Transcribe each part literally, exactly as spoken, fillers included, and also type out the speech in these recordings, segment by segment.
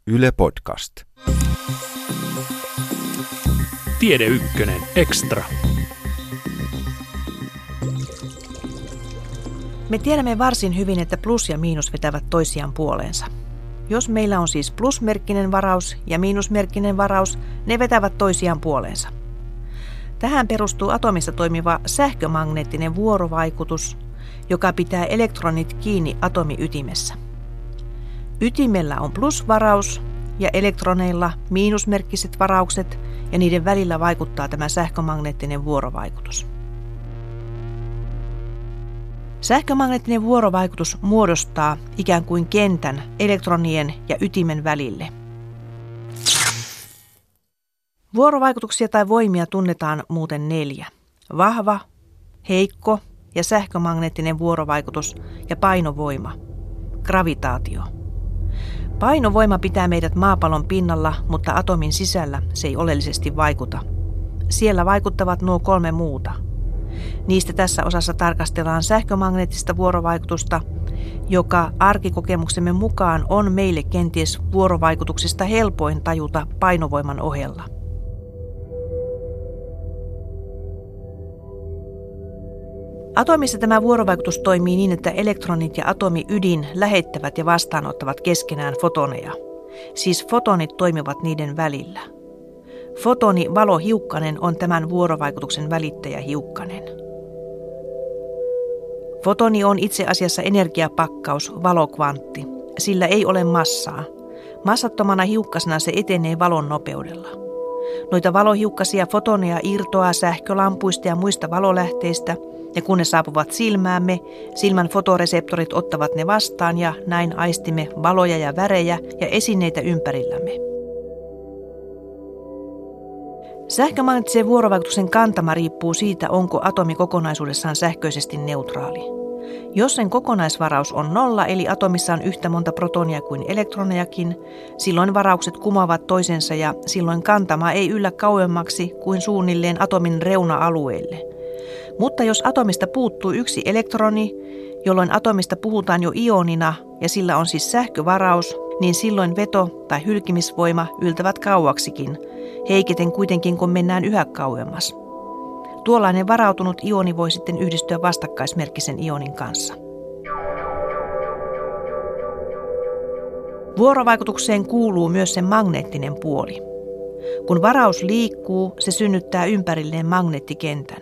Yle Podcast. Tiede Ykkönen Extra. Me tiedämme varsin hyvin, että plus ja miinus vetävät toisiaan puoleensa. Jos meillä on siis plusmerkkinen varaus ja miinusmerkkinen varaus, ne vetävät toisiaan puoleensa. Tähän perustuu atomissa toimiva sähkömagneettinen vuorovaikutus, joka pitää elektronit kiinni atomiytimessä. Ytimellä on plusvaraus ja elektroneilla miinusmerkkiset varaukset ja niiden välillä vaikuttaa tämä sähkömagneettinen vuorovaikutus. Sähkömagneettinen vuorovaikutus muodostaa ikään kuin kentän elektronien ja ytimen välille. Vuorovaikutuksia tai voimia tunnetaan muuten neljä. Vahva, heikko ja sähkömagneettinen vuorovaikutus ja painovoima, gravitaatio. Painovoima pitää meidät maapallon pinnalla, mutta atomin sisällä se ei oleellisesti vaikuta. Siellä vaikuttavat nuo kolme muuta. Niistä tässä osassa tarkastellaan sähkömagneettista vuorovaikutusta, joka arkikokemuksemme mukaan on meille kenties vuorovaikutuksista helpoin tajuta painovoiman ohella. Atomissa tämä vuorovaikutus toimii niin, että elektronit ja atomiydin lähettävät ja vastaanottavat keskenään fotoneja. Siis fotonit toimivat niiden välillä. Fotoni valohiukkanen on tämän vuorovaikutuksen välittäjähiukkanen. Fotoni on itse asiassa energiapakkaus, valokvantti. Sillä ei ole massaa. Massattomana hiukkasena se etenee valon nopeudella. Noita valohiukkasia fotoneja irtoaa sähkölampuista ja muista valolähteistä, ja kun ne saapuvat silmäämme, silmän fotoreseptorit ottavat ne vastaan ja näin aistimme valoja ja värejä ja esineitä ympärillämme. Sähkömagneettisen vuorovaikutuksen kantama riippuu siitä, onko atomi kokonaisuudessaan sähköisesti neutraali. Jos sen kokonaisvaraus on nolla, eli atomissa on yhtä monta protonia kuin elektronejakin, silloin varaukset kumoavat toisensa ja silloin kantama ei yllä kauemmaksi kuin suunnilleen atomin reuna-alueille. Mutta jos atomista puuttuu yksi elektroni, jolloin atomista puhutaan jo ionina ja sillä on siis sähkövaraus, niin silloin veto- tai hylkimisvoima yltävät kauaksikin, heiketen kuitenkin kun mennään yhä kauemmas. Tuollainen varautunut ioni voi sitten yhdistyä vastakkaismerkkisen ionin kanssa. Vuorovaikutukseen kuuluu myös sen magneettinen puoli. Kun varaus liikkuu, se synnyttää ympärilleen magneettikentän.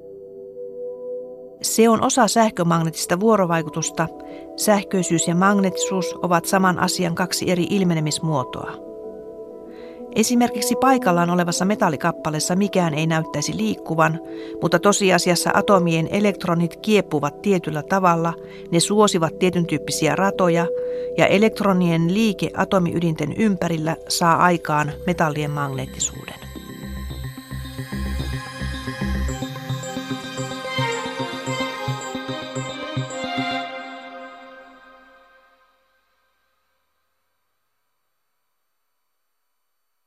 Se on osa sähkömagneettista vuorovaikutusta. Sähköisyys ja magneettisuus ovat saman asian kaksi eri ilmenemismuotoa. Esimerkiksi paikallaan olevassa metallikappaleessa mikään ei näyttäisi liikkuvan, mutta tosiasiassa atomien elektronit kieppuvat tietyllä tavalla, ne suosivat tietyn tyyppisiä ratoja ja elektronien liike atomiydinten ympärillä saa aikaan metallien magneettisuuden.